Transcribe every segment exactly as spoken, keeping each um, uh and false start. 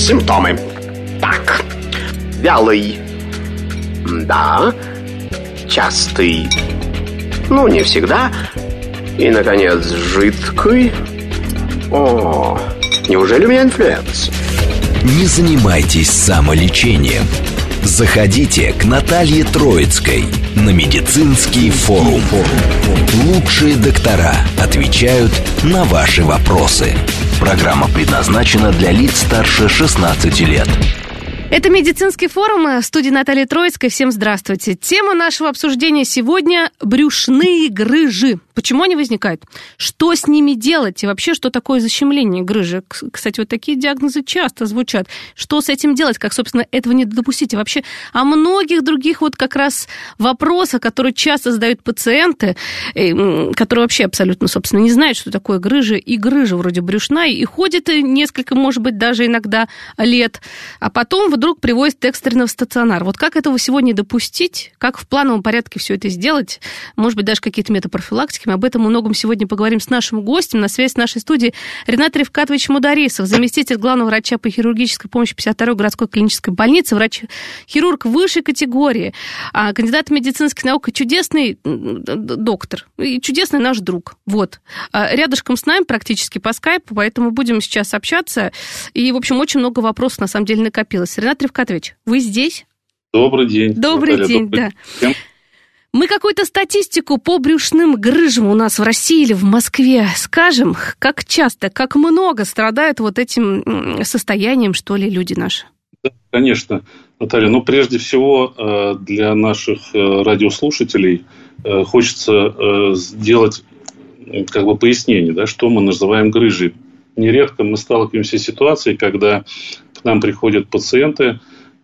Симптомы. Так. Вялый. Да. Частый. Ну, не всегда. И, наконец, жидкий. О, неужели у меня инфлюенс? Не занимайтесь самолечением. Заходите к Наталье Троицкой на медицинский форум. Лучшие доктора отвечают на ваши вопросы. Программа предназначена для лиц старше шестнадцати лет. Это медицинский форум, в студии Наталья Троицкая. Всем здравствуйте. Тема нашего обсуждения сегодня – брюшные грыжи. Почему они возникают? Что с ними делать? И вообще, что такое защемление грыжи? Кстати, вот такие диагнозы часто звучат. Что с этим делать? Как, собственно, этого не допустить? И вообще о многих других вот как раз вопросах, которые часто задают пациенты, которые вообще абсолютно, собственно, не знают, что такое грыжа. И грыжа вроде брюшная, и ходит несколько, может быть, даже иногда лет. А потом вдруг привозят экстренно в стационар. Вот как этого сегодня допустить? Как в плановом порядке все это сделать? Может быть, даже какие-то методы профилактики? Мы об этом многом сегодня поговорим с нашим гостем. На связи с нашей студией Ренат Рифкатович Мударисов, заместитель главного врача по хирургической помощи пятьдесят второй городской клинической больницы, врач-хирург высшей категории, кандидат медицинских наук и чудесный доктор, и чудесный наш друг. Вот. Рядышком с нами практически по скайпу, поэтому будем сейчас общаться. И, в общем, очень много вопросов, на самом деле, накопилось. Ренат Рифкатович, вы здесь? Добрый день. Добрый Наталья, день, добрый да. День. Мы какую-то статистику по брюшным грыжам у нас в России или в Москве скажем, как часто, как много страдают вот этим состоянием, что ли, люди наши? Да, конечно, Наталья. Ну, прежде всего, для наших радиослушателей хочется сделать как бы пояснение, да, что мы называем грыжей. Нередко мы сталкиваемся с ситуацией, когда к нам приходят пациенты,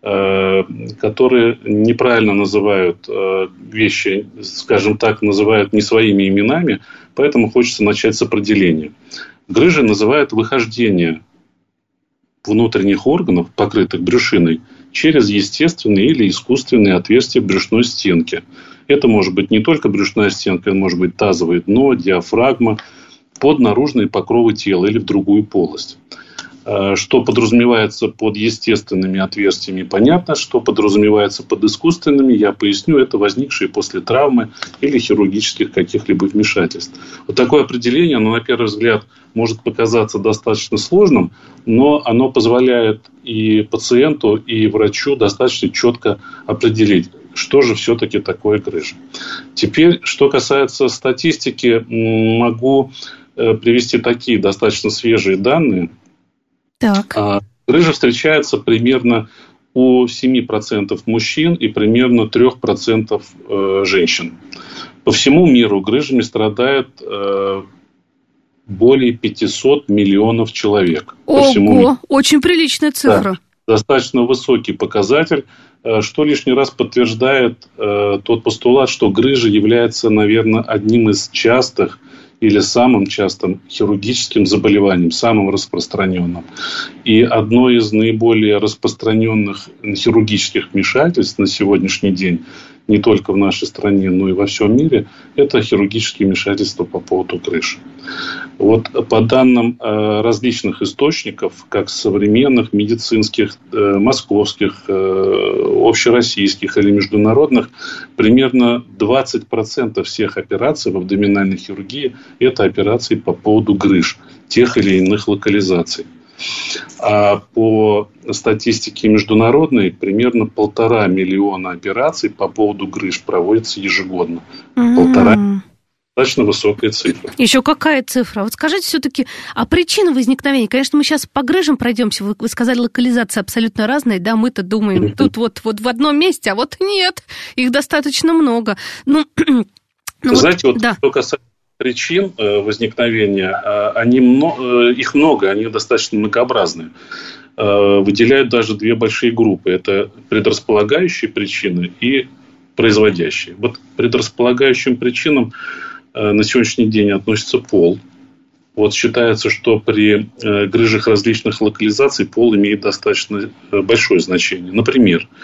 которые неправильно называют вещи, скажем так, называют не своими именами, поэтому хочется начать с определения. Грыжи называют выхождение внутренних органов, покрытых брюшиной, через естественные или искусственные отверстия брюшной стенки. Это может быть не только брюшная стенка, это может быть тазовое дно, диафрагма, под наружные покровы тела или в другую полость. Что подразумевается под естественными отверстиями, понятно. Что подразумевается под искусственными, я поясню. Это возникшие после травмы или хирургических каких-либо вмешательств. Вот такое определение, оно, на первый взгляд, может показаться достаточно сложным, но оно позволяет и пациенту, и врачу достаточно четко определить, что же все-таки такое грыжа. Теперь, что касается статистики, могу привести такие достаточно свежие данные. Так. Грыжа встречается примерно у семь процентов мужчин и примерно три процента женщин. По всему миру грыжами страдает более пятьсот миллионов человек. Ого, по всему миру. Очень приличная цифра. Да, достаточно высокий показатель, что лишний раз подтверждает тот постулат, что грыжа является, наверное, одним из частых или самым частым хирургическим заболеванием, самым распространенным. И одно из наиболее распространенных хирургических вмешательств на сегодняшний день, не только в нашей стране, но и во всем мире, это хирургические вмешательства по поводу грыж. Вот по данным различных источников, как современных, медицинских, московских, общероссийских или международных, примерно двадцать процентов всех операций в абдоминальной хирургии – это операции по поводу грыж тех или иных локализаций. А по статистике международной примерно полтора миллиона операций по поводу грыж проводится ежегодно. Mm-hmm. Полтора. Достаточно высокая цифра. Еще какая цифра? Вот скажите все-таки, а причина возникновения? Конечно, мы сейчас по грыжам пройдемся. Вы, вы сказали, локализация абсолютно разная, да? Мы-то думаем, mm-hmm. тут вот, вот в одном месте, а вот нет. Их достаточно много. Ну, ну знаете, вот, вот да. Что касается причин возникновения, они, их много, они достаточно многообразные. Выделяют даже две большие группы. Это предрасполагающие причины и производящие. Вот к предрасполагающим причинам на сегодняшний день относится пол. Вот считается, что при грыжах различных локализаций пол имеет достаточно большое значение. Например,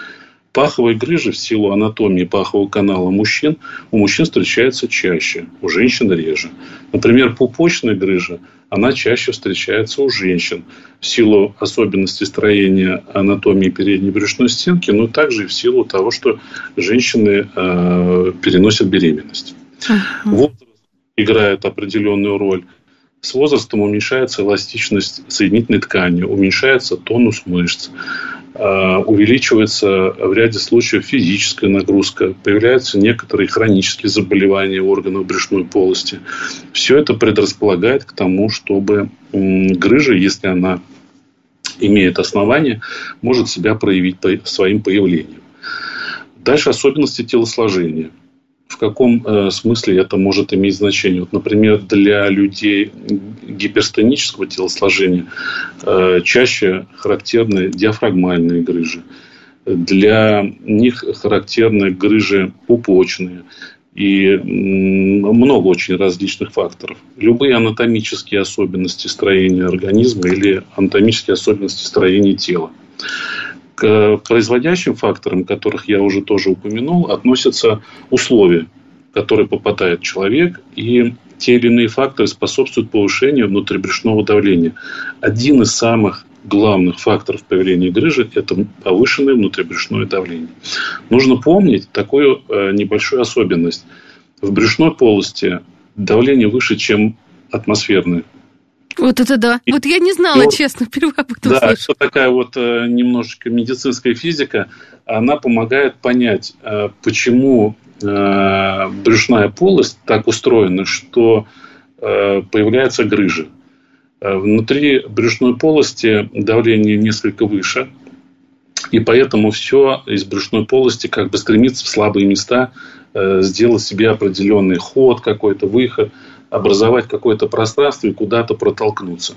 Паховые грыжи в силу анатомии пахового канала мужчин у мужчин встречаются чаще, у женщин реже. Например, пупочная грыжа, она чаще встречается у женщин в силу особенностей строения анатомии передней брюшной стенки, но также и в силу того, что женщины э, переносят беременность. Uh-huh. Возраст играет определенную роль. С возрастом уменьшается эластичность соединительной ткани, уменьшается тонус мышц, увеличивается в ряде случаев физическая нагрузка, появляются некоторые хронические заболевания органов брюшной полости. Все это предрасполагает к тому, чтобы грыжа, если она имеет основание, может себя проявить своим появлением. Дальше особенности телосложения. В каком э, смысле это может иметь значение? Вот, например, для людей гиперстенического телосложения э, чаще характерны диафрагмальные грыжи. Для них характерны грыжи пупочные. И м, много очень различных факторов. Любые анатомические особенности строения организма или анатомические особенности строения тела. К производящим факторам, которых я уже тоже упомянул, относятся условия, в которые попадает человек, и те или иные факторы способствуют повышению внутрибрюшного давления. Один из самых главных факторов появления грыжи – это повышенное внутрибрюшное давление. Нужно помнить такую небольшую особенность. В брюшной полости давление выше, чем атмосферное. Вот это да. Вот я не знала, ну, честно, впервые об этом да, слышу. это такая вот э, немножечко медицинская физика. Она помогает понять, э, почему э, брюшная полость так устроена, что э, появляются грыжи. Э, внутри брюшной полости давление несколько выше, и поэтому все из брюшной полости как бы стремится в слабые места э, сделать себе определенный ход, какой-то выход, образовать какое-то пространство и куда-то протолкнуться.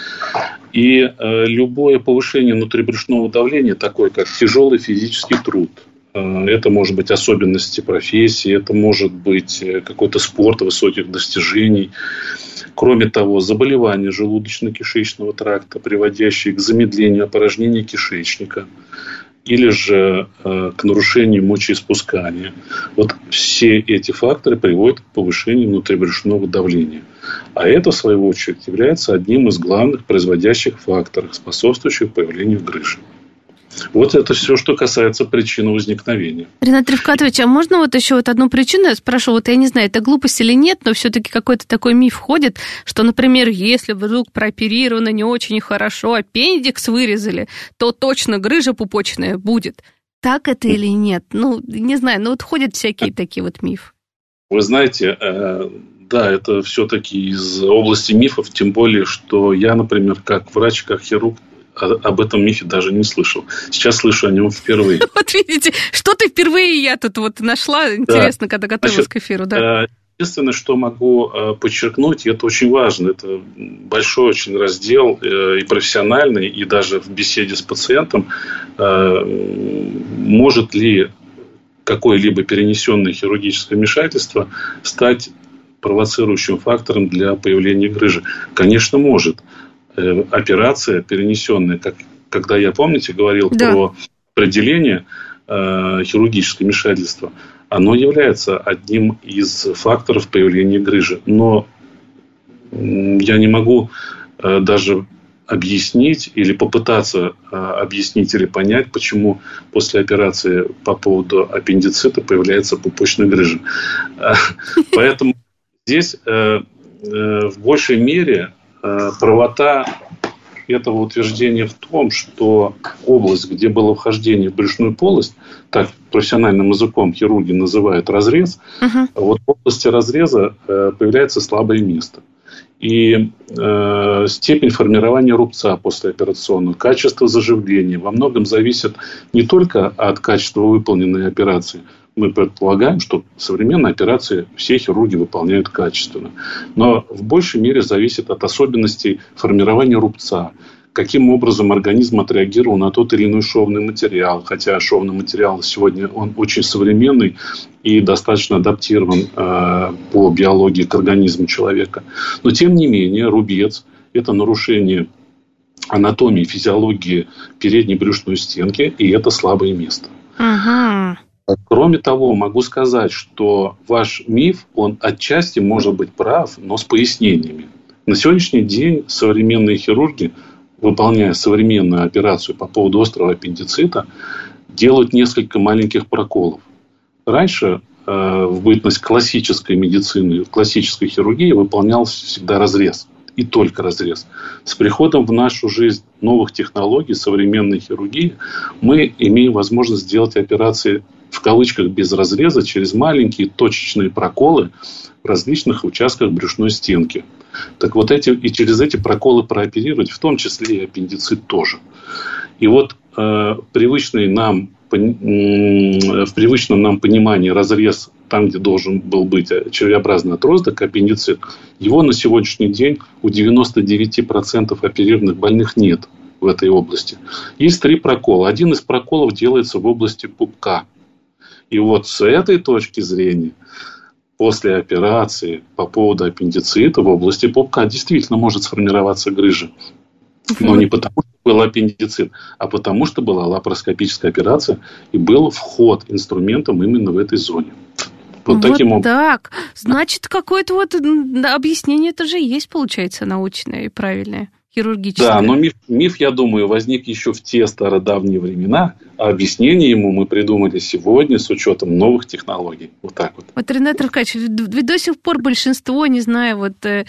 И э, любое повышение внутрибрюшного давления, такое как тяжелый физический труд, э, это может быть особенности профессии, это может быть какой-то спорт высоких достижений. Кроме того, заболевания желудочно-кишечного тракта, приводящие к замедлению опорожнения кишечника, или же э, к нарушению мочеиспускания. Вот все эти факторы приводят к повышению внутрибрюшного давления. А это, в свою очередь, является одним из главных производящих факторов, способствующих появлению грыжи. Вот это все, что касается причины возникновения. Ренат Рифкатович, а можно вот еще вот одну причину? Я спрошу, вот я не знаю, это глупость или нет, но все-таки какой-то такой миф ходит, что, например, если вдруг прооперировано не очень хорошо, аппендикс вырезали, то точно грыжа пупочная будет. Так это или нет? Ну, не знаю, но вот ходят всякие такие вот мифы. Вы знаете, да, это все-таки из области мифов, тем более, что я, например, как врач, как хирург, об этом мифе даже не слышал. Сейчас слышу о нем впервые. Вот видите, что-то впервые я тут вот нашла. Интересно, когда готовилась к эфиру. Да. Единственное, что могу подчеркнуть, и это очень важно, это большой очень раздел и профессиональный, и даже в беседе с пациентом, может ли какое-либо перенесенное хирургическое вмешательство стать провоцирующим фактором для появления грыжи? Конечно, может. Операция перенесенная, как, когда я, помните, говорил да. про определение э, хирургического вмешательства, оно является одним из факторов появления грыжи. Но э, я не могу э, даже объяснить или попытаться э, объяснить или понять, почему после операции по поводу аппендицита появляется пупочная грыжа. Поэтому здесь в большей мере правота этого утверждения в том, что область, где было вхождение в брюшную полость, так профессиональным языком хирурги называют разрез, uh-huh. вот в области разреза появляется слабое место. И э, степень формирования рубца послеоперационного, качество заживления во многом зависит не только от качества выполненной операции. Мы предполагаем, что современные операции все хирурги выполняют качественно. Но в большей мере зависит от особенностей формирования рубца. Каким образом организм отреагировал на тот или иной шовный материал. Хотя шовный материал сегодня он очень современный и достаточно адаптирован э, по биологии к организму человека. Но тем не менее рубец – это нарушение анатомии, физиологии передней брюшной стенки, и это слабое место. Ага. Кроме того, могу сказать, что ваш миф, он отчасти может быть прав, но с пояснениями. На сегодняшний день современные хирурги, выполняя современную операцию по поводу острого аппендицита, делают несколько маленьких проколов. Раньше э, в бытность классической медицины, классической хирургии выполнялся всегда разрез. И только разрез. С приходом в нашу жизнь новых технологий, современной хирургии, мы имеем возможность сделать операции в кавычках без разреза через маленькие точечные проколы в различных участках брюшной стенки. Так вот, эти, и через эти проколы прооперировать, в том числе и аппендицит тоже. И вот э, привычный нам, э, в привычном нам понимании разрез там, где должен был быть червеобразный отросток, аппендицит, его на сегодняшний день у девяноста девяти процентов оперированных больных нет в этой области. Есть три прокола. Один из проколов делается в области пупка. И вот с этой точки зрения, после операции по поводу аппендицита в области пупка действительно может сформироваться грыжа. Но не потому, что был аппендицит, а потому, что была лапароскопическая операция и был вход инструментом именно в этой зоне. Вот, вот таким образом. Так. Значит, какое-то вот объяснение это же есть, получается, научное и правильное, хирургическое. Да, но миф, миф, я думаю, возник еще в те стародавние времена, а объяснение ему мы придумали сегодня с учетом новых технологий. Вот так вот. Вот, Ренат Равкач, ведь до сих пор большинство, не знаю, вот э,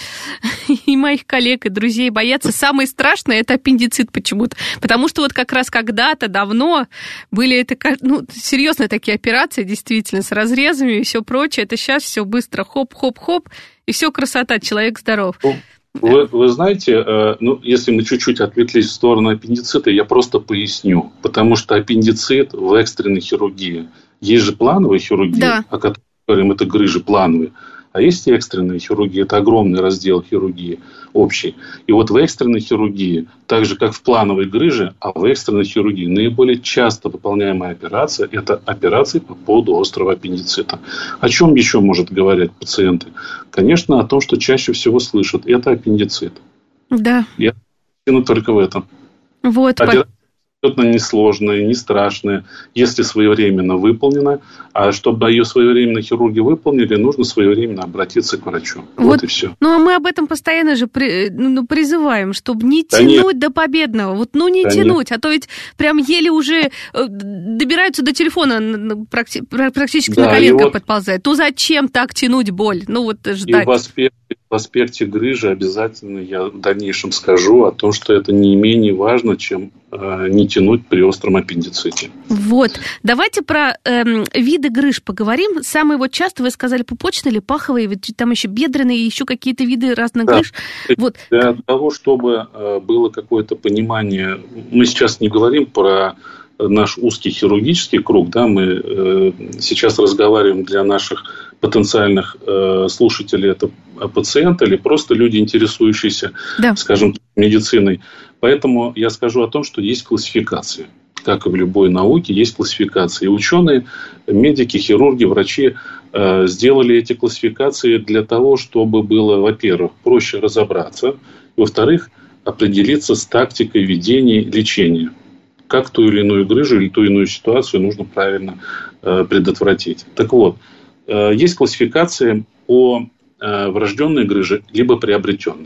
и моих коллег, и друзей боятся. Самое страшное – это аппендицит почему-то. Потому что вот как раз когда-то, давно были это, ну, серьезные такие операции, действительно, с разрезами и все прочее. Это сейчас все быстро хоп-хоп-хоп, и все красота, человек здоров. Вы, вы знаете, ну, если мы чуть-чуть отвлеклись в сторону аппендицита, я просто поясню. Потому что аппендицит в экстренной хирургии. Есть же плановая хирургия, да, о которой мы говорим, это грыжи плановые. А есть экстренная хирургия, это огромный раздел хирургии общий. И вот в экстренной хирургии, так же как в плановой грыже, а в экстренной хирургии наиболее часто выполняемая операция – это операции по поводу острого аппендицита. О чем еще может говорить пациенты? Конечно, о том, что чаще всего слышат – это аппендицит. Да. Я только в этом. Вот. Операция абсолютно несложная, не страшная, если своевременно выполнена. А чтобы ее своевременно хирурги выполнили, нужно своевременно обратиться к врачу. Вот, вот и все. Ну, а мы об этом постоянно же при, ну, призываем, чтобы не тянуть Конечно. до победного. Вот, ну, не Конечно. тянуть, а то ведь прям еле уже добираются до телефона, практически да, на коленках вот, подползают. Ну, зачем так тянуть боль? Ну, вот ждать. И в аспекте, в аспекте грыжи обязательно я в дальнейшем скажу о том, что это не менее важно, чем э, не тянуть при остром аппендиците. Вот. Давайте про эм, виды грыж поговорим. Самые вот часто, вы сказали, пупочные или паховые, ведь там еще бедренные, и еще какие-то виды разных да. грыж. Вот. Для того, чтобы э, было какое-то понимание, мы сейчас не говорим про наш узкий хирургический круг, да, мы э, сейчас разговариваем для наших потенциальных э, слушателей, это пациенты или просто люди, интересующиеся, да. скажем, медициной. Поэтому я скажу о том, что есть классификации. Как и в любой науке, есть классификации. И ученые, медики, хирурги, врачи э, сделали эти классификации для того, чтобы было, во-первых, проще разобраться, во-вторых, определиться с тактикой ведения лечения. Как ту или иную грыжу или ту или иную ситуацию нужно правильно э, предотвратить. Так вот, э, есть классификация по э, врожденной грыже, либо приобретенной.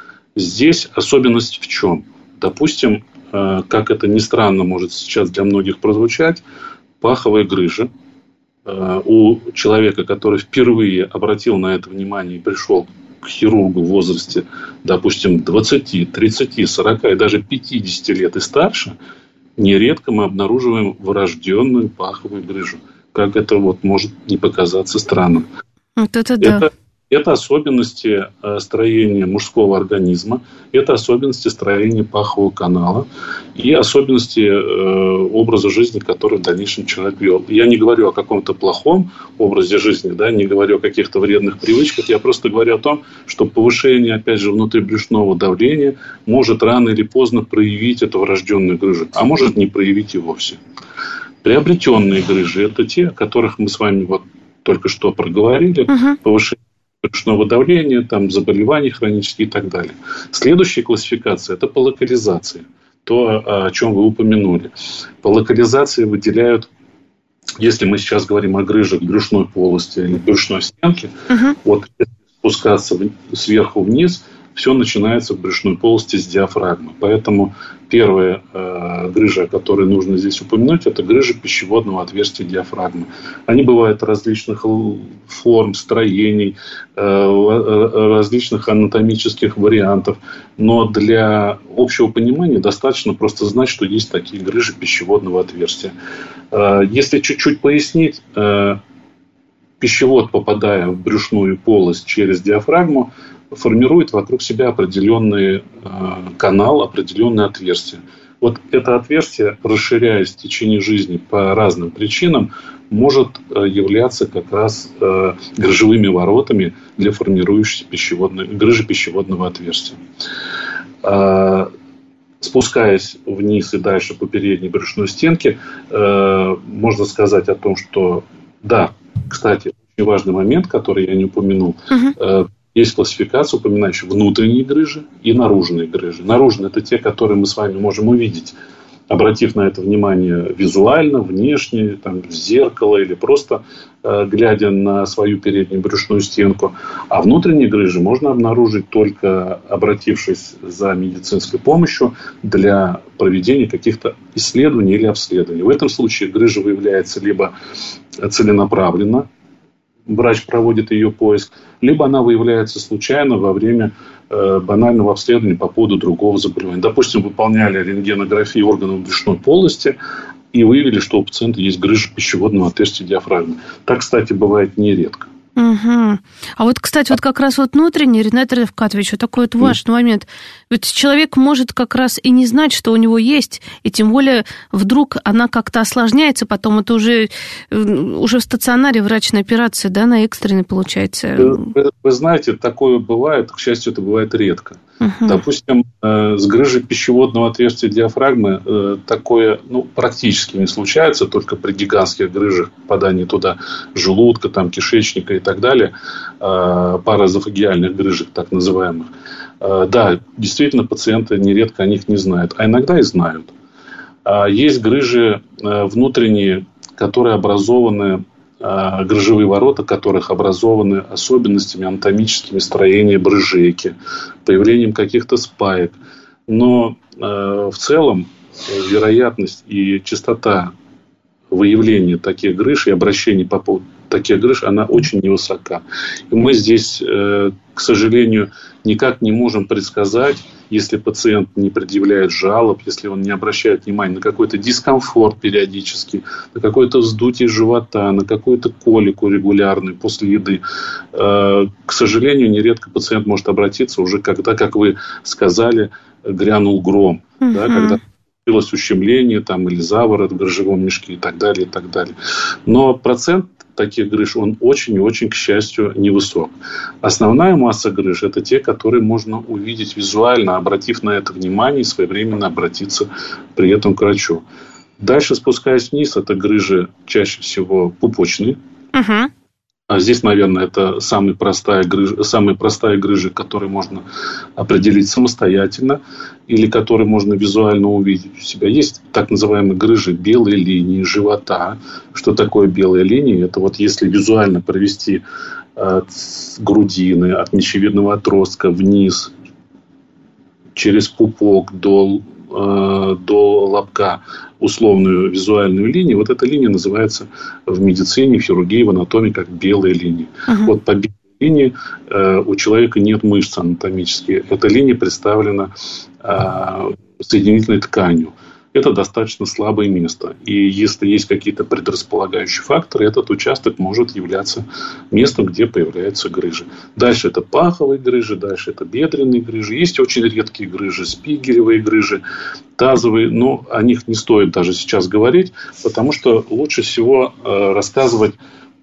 Здесь особенность в чем? Допустим, э, как это ни странно может сейчас для многих прозвучать, паховая грыжа э, у человека, который впервые обратил на это внимание и пришел к хирургу в возрасте, допустим, двадцати, тридцати, сорока и даже пятидесяти лет и старше, нередко мы обнаруживаем врожденную паховую грыжу. Как это вот может не показаться странным. Вот это да. Это, это особенности строения мужского организма, это особенности строения пахового канала и особенности э, образа жизни, который в дальнейшем человек вел. Я не говорю о каком-то плохом образе жизни, да, не говорю о каких-то вредных привычках, я просто говорю о том, что повышение, опять же, внутрибрюшного давления может рано или поздно проявить эту врожденную грыжу, а может не проявить и вовсе. Приобретенные грыжи – это те, о которых мы с вами вот только что проговорили, uh-huh. повышение брюшного давления, там, заболевания хронические и так далее. Следующая классификация – это по локализации. То, о чем вы упомянули. По локализации выделяют если мы сейчас говорим о грыжах брюшной полости или брюшной стенки, uh-huh. вот если спускаться сверху вниз, все начинается в брюшной полости с диафрагмы. Поэтому первая э, грыжа, которую нужно здесь упомянуть, это грыжа пищеводного отверстия диафрагмы. Они бывают различных форм, строений, э, различных анатомических вариантов. Но для общего понимания достаточно просто знать, что есть такие грыжи пищеводного отверстия. Э, если чуть-чуть пояснить, э, пищевод, попадая в брюшную полость через диафрагму, формирует вокруг себя определенный э, канал, определенное отверстие. Вот это отверстие, расширяясь в течение жизни по разным причинам, может э, являться как раз э, грыжевыми воротами для формирующейся пищеводной, грыжи пищеводного отверстия. Э, спускаясь вниз и дальше по передней брюшной стенке, э, можно сказать о том, что, да, кстати, очень важный момент, который я не упомянул, uh-huh. э, есть классификация, упоминающая внутренние грыжи и наружные грыжи. Наружные – это те, которые мы с вами можем увидеть, обратив на это внимание визуально, внешне, там, в зеркало или просто э, глядя на свою переднюю брюшную стенку. А внутренние грыжи можно обнаружить только обратившись за медицинской помощью для проведения каких-то исследований или обследований. В этом случае грыжа выявляется либо целенаправленно, врач проводит ее поиск, либо она выявляется случайно во время э, банального обследования по поводу другого заболевания. Допустим, выполняли рентгенографию органов брюшной полости и выявили, что у пациента есть грыжа пищеводного отверстия диафрагмы. Так, кстати, бывает нередко. Угу. А вот, кстати, вот как раз вот внутренний, Ринат Рафкатович, вот такой вот важный момент. Ведь человек может как раз и не знать, что у него есть, и тем более вдруг она как-то осложняется, потом это уже, уже в стационаре врачная операция, да, на экстренной получается. Вы, вы знаете, такое бывает, к счастью, это бывает редко. Uh-huh. Допустим, э, с грыжей пищеводного отверстия диафрагмы э, такое ну, практически не случается, только при гигантских грыжах, попадании туда желудка, там, кишечника и так далее, э, параэзофагиальных грыжах, так называемых. Э, да, действительно, пациенты нередко о них не знают, а иногда и знают. А есть грыжи э, внутренние, которые образованы, грыжевые ворота которых образованы особенностями анатомическими строения брыжейки, появлением каких-то спаек. Но э, в целом вероятность и частота выявления таких грыж и обращений по поводу таких грыж, она очень невысока. И мы здесь, э, к сожалению, никак не можем предсказать, если пациент не предъявляет жалоб, если он не обращает внимания на какой-то дискомфорт периодически, на какое-то вздутие живота, на какую-то колику регулярную после еды. Э, к сожалению, нередко пациент может обратиться уже когда, как вы сказали, грянул гром, uh-huh. да, когда появилось ущемление там, или заворот в грыжевом мешке и так далее, и так далее. Но процент таких грыж, он очень и очень, к счастью, невысок. Основная масса грыж – это те, которые можно увидеть визуально, обратив на это внимание и своевременно обратиться при этом к врачу. Дальше, спускаясь вниз, это грыжи чаще всего пупочные. Uh-huh. Здесь, наверное, это самая простая грыжа, самая простая грыжа, которую можно определить самостоятельно или которую можно визуально увидеть у себя. Есть так называемые грыжи белой линии живота. Что такое белая линия? Это вот если визуально провести от грудины, от мечевидного отростка вниз, через пупок до, э, до лобка, условную визуальную линию, вот эта линия называется в медицине, в хирургии, в анатомии как белая линия. Uh-huh. Вот по белой линии э, у человека нет мышц анатомических. Эта линия представлена э, соединительной тканью. Это достаточно слабое место. И если есть какие-то предрасполагающие факторы, этот участок может являться местом, где появляются грыжи. Дальше это паховые грыжи, дальше это бедренные грыжи. Есть очень редкие грыжи, спигелевые грыжи, тазовые. Но о них не стоит даже сейчас говорить, потому что лучше всего э, рассказывать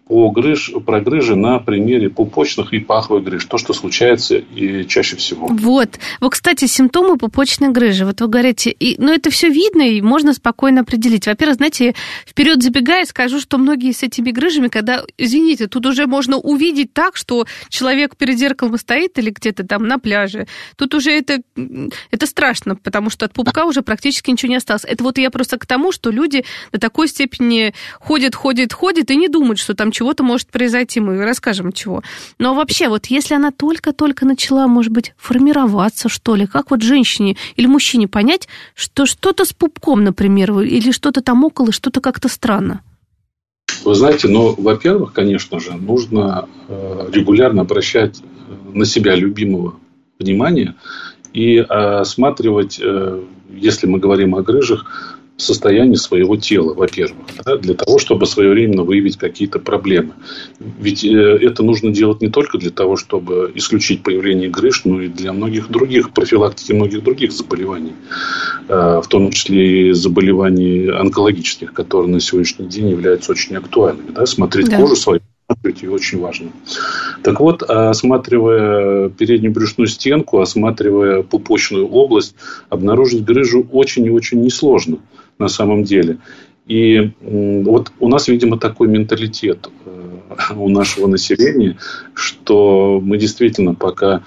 По грыж, про грыжи на примере пупочных и паховых грыж. То, что случается и чаще всего. Вот. Вот, кстати, симптомы пупочной грыжи. Вот вы говорите, и, ну, это все видно, и можно спокойно определить. Во-первых, знаете, вперед забегая, скажу, что многие с этими грыжами, когда, извините, тут уже можно увидеть так, что человек перед зеркалом стоит или где-то там на пляже. Тут уже это, это страшно, потому что от пупка уже практически ничего не осталось. Это вот я просто к тому, что люди до такой степени ходят, ходят, ходят и не думают, что там чего-то может произойти, мы расскажем чего. Но вообще, вот если она только-только начала, может быть, формироваться, что ли, как вот женщине или мужчине понять, что что-то с пупком, например, или что-то там около, что-то как-то странно? Вы знаете, ну, во-первых, конечно же, нужно регулярно обращать на себя любимого внимание и осматривать, если мы говорим о грыжах, состояние своего тела, во-первых, да, для того, чтобы своевременно выявить какие-то проблемы. Ведь э, это нужно делать не только для того, чтобы исключить появление грыж, но и для многих других, профилактики многих других заболеваний, э, в том числе и заболеваний онкологических, которые на сегодняшний день являются очень актуальными. Да? Смотреть да. кожу свою, смотреть ее очень важно. Так вот, осматривая переднюю брюшную стенку, осматривая пупочную область, обнаружить грыжу очень и очень несложно. На самом деле. И вот у нас, видимо, такой менталитет у нашего населения, что мы действительно, пока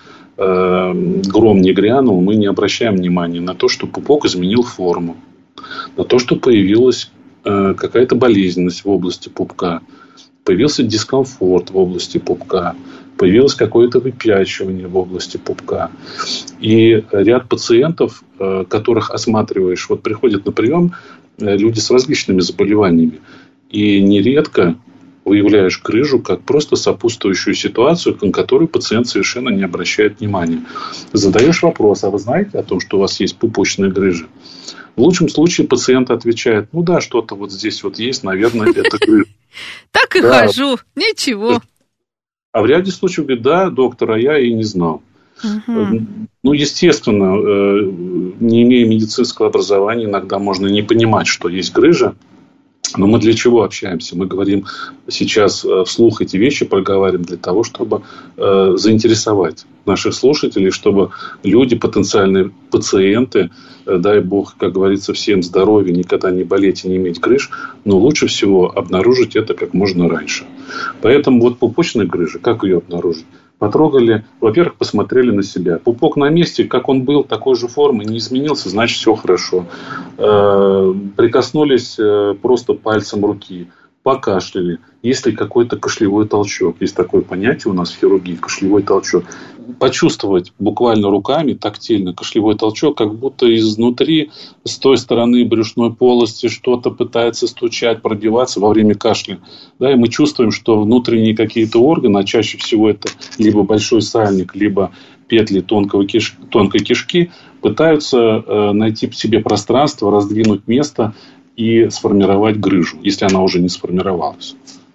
гром не грянул, мы не обращаем внимания на то, что пупок изменил форму, на то, что появилась какая-то болезненность в области пупка, появился дискомфорт в области пупка, появилось какое-то выпячивание в области пупка. И ряд пациентов, которых осматриваешь, вот приходят на прием люди с различными заболеваниями. И нередко выявляешь грыжу как просто сопутствующую ситуацию, на которую пациент совершенно не обращает внимания. Задаешь вопрос, а вы знаете о том, что у вас есть пупочная грыжа? В лучшем случае пациент отвечает, ну да, что-то вот здесь вот есть, наверное, это грыжа. Так и хожу, ничего. А в ряде случаев говорит, да, доктор, а я и не знал. Угу. Ну, естественно, не имея медицинского образования, иногда можно не понимать, что есть грыжа. Но мы для чего общаемся? Мы говорим сейчас вслух эти вещи, проговариваем для того, чтобы э, заинтересовать наших слушателей, чтобы люди, потенциальные пациенты, э, дай бог, как говорится, всем здоровья, никогда не болеть и не иметь грыж, но лучше всего обнаружить это как можно раньше. Поэтому вот пупочная грыжа, как ее обнаружить? Потрогали, во-первых, посмотрели на себя. Пупок на месте, как он был, такой же формы, не изменился, значит, все хорошо. Э, прикоснулись э, просто пальцем руки, покашляли. Есть ли какой-то кашлевой толчок? Есть такое понятие у нас в хирургии, кашлевой толчок. Почувствовать буквально руками, тактильно, кашлевой толчок, как будто изнутри, с той стороны брюшной полости что-то пытается стучать, пробиваться во время кашля. Да, и мы чувствуем, что внутренние какие-то органы, а чаще всего это либо большой сальник, либо петли тонкого киш... тонкой кишки, пытаются э, найти в себе пространство, раздвинуть место и сформировать грыжу, если она уже не сформировалась.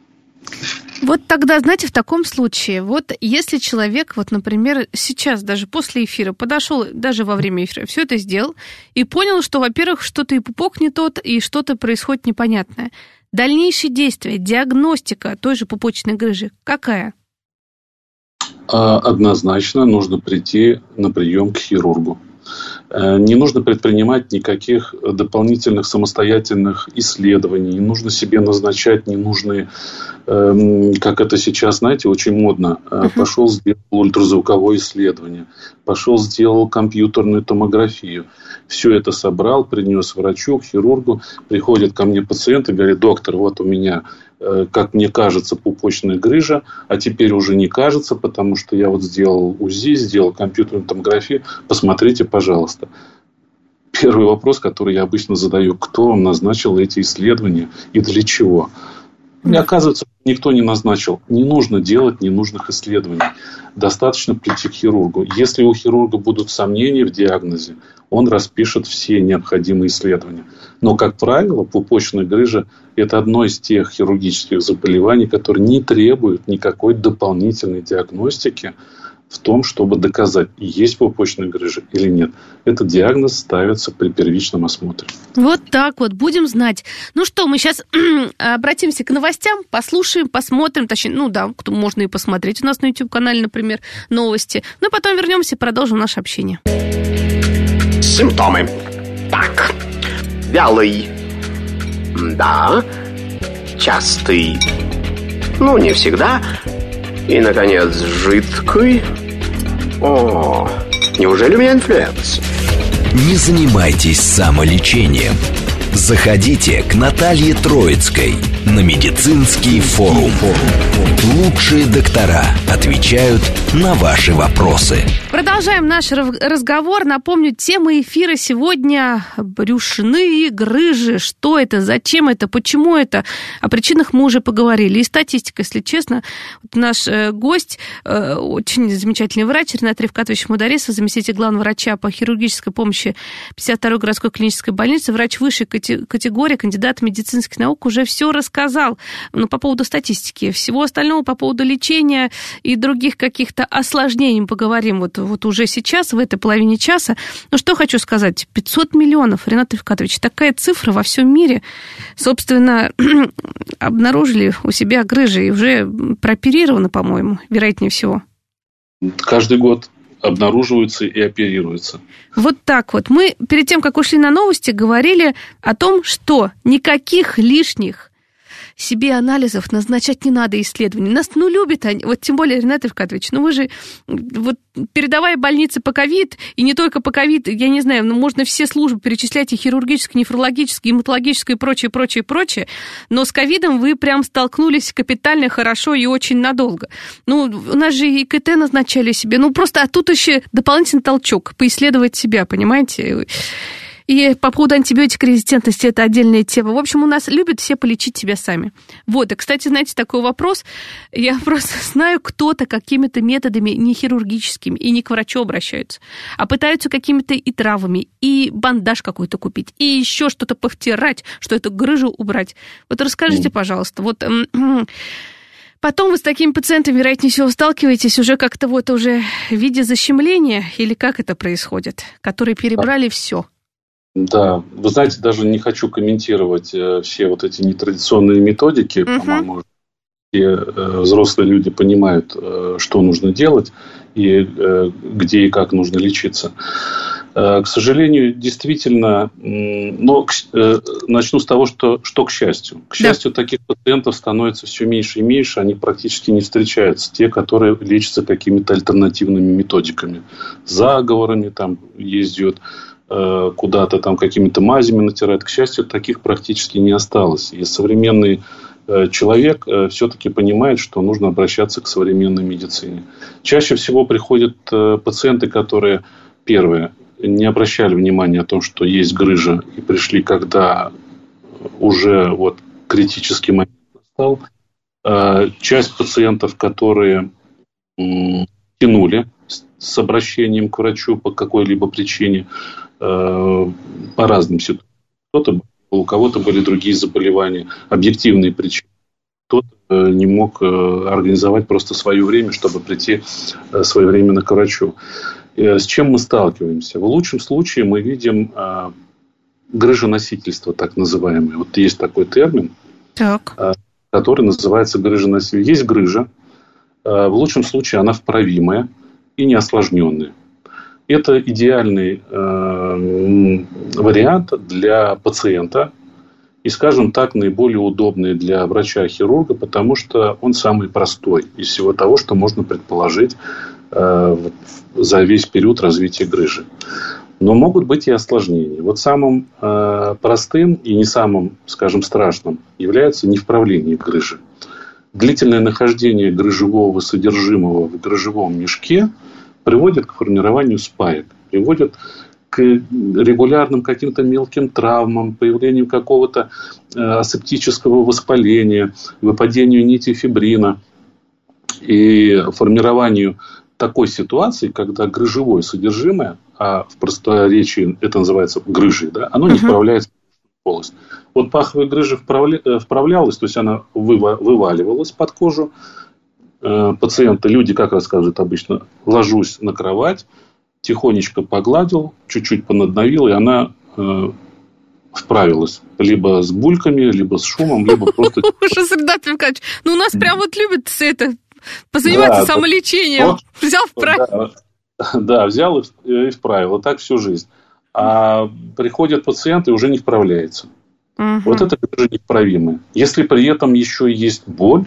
Вот тогда, знаете, в таком случае, вот если человек, вот, например, сейчас даже после эфира подошел, даже во время эфира, все это сделал и понял, что, во-первых, что-то и пупок не тот, и что-то происходит непонятное. Дальнейшие действия, диагностика той же пупочной грыжи какая? Однозначно нужно прийти на прием к хирургу. Не нужно предпринимать никаких дополнительных самостоятельных исследований. Не нужно себе назначать ненужные, как это сейчас, знаете, очень модно. Uh-huh. Пошел, сделал ультразвуковое исследование. Пошел, сделал компьютерную томографию. Все это собрал, принес врачу, к хирургу. Приходит ко мне пациент и говорит, доктор, вот у меня, как мне кажется, пупочная грыжа, а теперь уже не кажется, потому что я вот сделал УЗИ, сделал компьютерную томографию. Посмотрите, пожалуйста. Первый вопрос, который я обычно задаю, кто вам назначил эти исследования и для чего? И оказывается, никто не назначил. Не нужно делать ненужных исследований. Достаточно прийти к хирургу. Если у хирурга будут сомнения в диагнозе, он распишет все необходимые исследования. Но, как правило, пупочная грыжа – это одно из тех хирургических заболеваний, которые не требуют никакой дополнительной диагностики в том, чтобы доказать, есть пупочная грыжа или нет. Этот диагноз ставится при первичном осмотре. Вот так вот, будем знать. Ну что, мы сейчас обратимся к новостям, послушаем, посмотрим, точнее, ну да, кто можно и посмотреть у нас на YouTube-канале, например, новости. Ну и потом вернемся и продолжим наше общение. Симптомы. Так. Вялый. Да. Частый. Ну, не всегда. И, наконец, жидкий. О, неужели у меня инфлюенс? Не занимайтесь самолечением. Заходите к Наталье Троицкой на медицинский форум. Лучшие доктора отвечают на ваши вопросы. Продолжаем наш разговор. Напомню, тема эфира сегодня – брюшные грыжи. Что это, зачем это, почему это? О причинах мы уже поговорили. И статистика, если честно. Вот наш э, гость, э, очень замечательный врач Ренат Рифкатович Мударисов, заместитель главного врача по хирургической помощи пятьдесят второй городской клинической больницы, врач высшей категории, кандидат медицинских наук, уже все рассказал. Ну, по поводу статистики. Всего остального по поводу лечения и других каких-то осложнений поговорим вот, вот уже сейчас, в этой половине часа. Но что хочу сказать. пятьсот миллионов, Ренат Рифкатович, такая цифра во всем мире. Собственно, обнаружили у себя грыжи и уже прооперировано, по-моему, вероятнее всего. Каждый год обнаруживаются и оперируются. Вот так вот. Мы перед тем, как ушли на новости, говорили о том, что никаких лишних себе анализов назначать не надо, исследований. Нас, ну, любят они, вот тем более, Ренат Рифкатович, ну, вы же, вот, передовая больница по ковид, и не только по ковид, я не знаю, ну, можно все службы перечислять, и хирургические, нефрологические, гематологические, и прочее, прочее, прочее, но с ковидом вы прям столкнулись капитально, хорошо и очень надолго. Ну, у нас же и КТ назначали себе, ну, просто, а тут еще дополнительный толчок, поисследовать себя, понимаете? И по поводу антибиотикорезистентности это отдельная тема. В общем, у нас любят все полечить себя сами. Вот, и, кстати, знаете, такой вопрос. Я просто знаю, кто-то какими-то методами не хирургическими и не к врачу обращаются, а пытаются какими-то и травами, и бандаж какой-то купить, и еще что-то повтирать, что эту грыжу убрать. Вот расскажите, пожалуйста, вот... Потом вы с такими пациентами, вероятнее всего, сталкиваетесь уже как-то вот уже в виде защемления, или как это происходит, которые перебрали все. Да, вы знаете, даже не хочу комментировать э, все вот эти нетрадиционные методики. Uh-huh. По-моему, все э, взрослые люди понимают, э, что нужно делать и э, где и как нужно лечиться. Э, к сожалению, действительно, э, но э, начну с того, что, что к счастью. К счастью, да. Таких пациентов становится все меньше и меньше, они практически не встречаются. Те, которые лечатся какими-то альтернативными методиками, заговорами там ездят, куда-то там какими-то мазями натирает. К счастью, таких практически не осталось. И современный человек все-таки понимает, что нужно обращаться к современной медицине. Чаще всего приходят пациенты, которые, первое, не обращали внимания о том, что есть грыжа, и пришли, когда уже вот критический момент настал. Часть пациентов, которые тянули с обращением к врачу по какой-либо причине, по разным ситуациям. Кто-то, у кого-то были другие заболевания, объективные причины. Кто-то не мог организовать просто свое время, чтобы прийти своевременно к врачу. С чем мы сталкиваемся? В лучшем случае мы видим грыженосительство, так называемое. Вот есть такой термин, так. который называется грыженосительство. Есть грыжа. В лучшем случае она вправимая и неосложненная. Это идеальный э, вариант для пациента и, скажем так, наиболее удобный для врача-хирурга, потому что он самый простой из всего того, что можно предположить э, за весь период развития грыжи. Но могут быть и осложнения. Вот самым э, простым и не самым, скажем, страшным является невправление грыжи. Длительное нахождение грыжевого содержимого в грыжевом мешке приводит к формированию спаек, приводит к регулярным каким-то мелким травмам, появлению какого-то э, асептического воспаления, выпадению нити фибрина и формированию такой ситуации, когда грыжевое содержимое, а в просторечии это называется грыжей, да, оно не вправляется в полость. Вот паховая грыжа вправля... вправлялась, то есть она выва... вываливалась под кожу, э, пациенты, люди как рассказывают обычно, ложусь на кровать, тихонечко погладил, чуть-чуть понадавил, и она э, справилась. Либо с бульками, либо с шумом, либо просто... Ужас, Ренат Левкадович. Ну, у нас прям вот любят это, позаниматься самолечением. Взял, вправил. Да, взял и вправил. И так всю жизнь. А приходят пациенты и уже не вправляется. Угу. Вот это грыжи неправимые. Если при этом еще есть боль,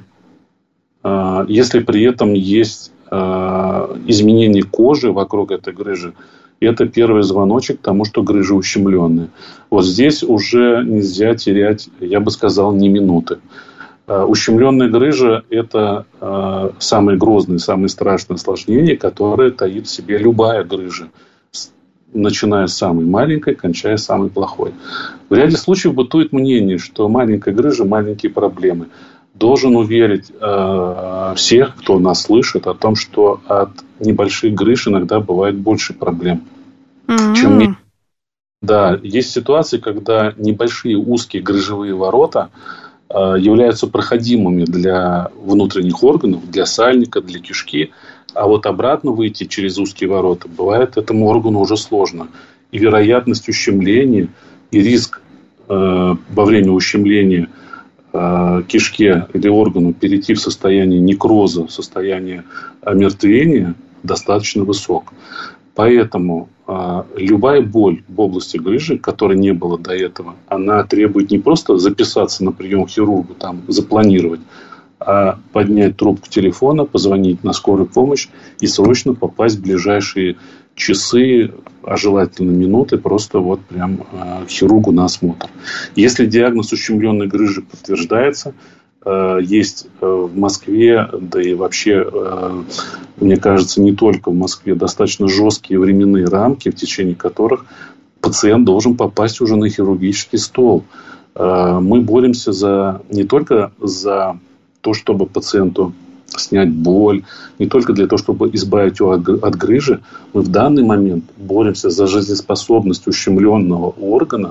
если при этом есть изменение кожи вокруг этой грыжи, это первый звоночек к тому, что грыжа ущемленная. Вот здесь уже нельзя терять, я бы сказал, ни минуты. Ущемленная грыжа – это самое грозное, самое страшное осложнение, которое таит в себе любая грыжа, начиная с самой маленькой, кончая самой плохой. В ряде случаев бытует мнение, что маленькая грыжа – маленькие проблемы. Должен уверить э, всех, кто нас слышит, о том, что от небольших грыж иногда бывает больше проблем, mm-hmm. чем меньше. Да, есть ситуации, когда небольшие узкие грыжевые ворота э, являются проходимыми для внутренних органов, для сальника, для кишки. А вот обратно выйти через узкие ворота бывает этому органу уже сложно. И вероятность ущемления, и риск э, во время ущемления э, кишке или органу перейти в состояние некроза, в состояние омертвения достаточно высок. Поэтому э, любая боль в области грыжи, которой не было до этого, она требует не просто записаться на прием к хирургу, там, запланировать, а поднять трубку телефона, позвонить на скорую помощь и срочно попасть в ближайшие часы, а желательно минуты, просто вот прям э, к хирургу на осмотр. Если диагноз ущемленной грыжи подтверждается, э, есть э, в Москве, да и вообще, э, мне кажется, не только в Москве, достаточно жесткие временные рамки, в течение которых пациент должен попасть уже на хирургический стол. Э, мы боремся за, не только за то, чтобы пациенту снять боль, не только для того, чтобы избавить его от, от грыжи, мы в данный момент боремся за жизнеспособность ущемленного органа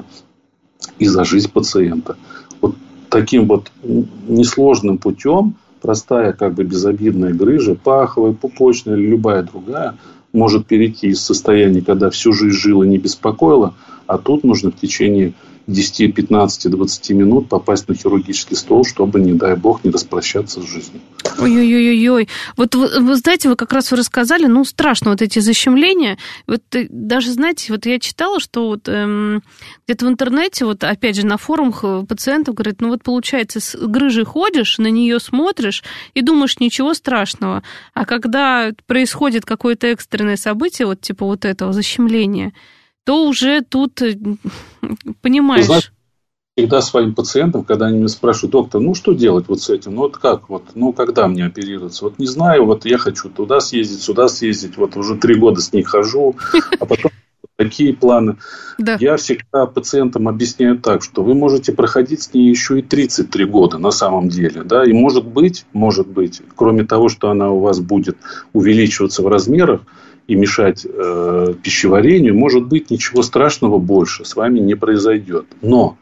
и за жизнь пациента. Вот таким вот несложным путем простая, как бы безобидная грыжа, паховая, пупочная или любая другая, может перейти из состояния, когда всю жизнь жила и не беспокоила, а тут нужно в течение десять, пятнадцать, двадцать минут попасть на хирургический стол, чтобы, не дай бог, не распрощаться с жизнью. Ой-ой-ой-ой. Вот вы, вы знаете, вы как раз вы рассказали, ну, страшно вот эти защемления. Вот даже, знаете, вот я читала, что вот эм, где-то в интернете, вот опять же на форумах пациентов говорят, ну вот получается, с грыжей ходишь, на нее смотришь и думаешь, ничего страшного. А когда происходит какое-то экстренное событие, вот типа вот этого защемления, то уже тут, понимаешь... Знаете, всегда своим пациентам, когда они меня спрашивают, доктор, ну что делать вот с этим, ну вот как, вот, ну когда мне оперироваться, вот не знаю, вот я хочу туда съездить, сюда съездить, вот уже три года с ней хожу, а потом такие планы. Да. Я всегда пациентам объясняю так, что вы можете проходить с ней еще и тридцать три года на самом деле, да, и может быть, может быть, кроме того, что она у вас будет увеличиваться в размерах, и мешать э, пищеварению, может быть, ничего страшного больше с вами не произойдет. Но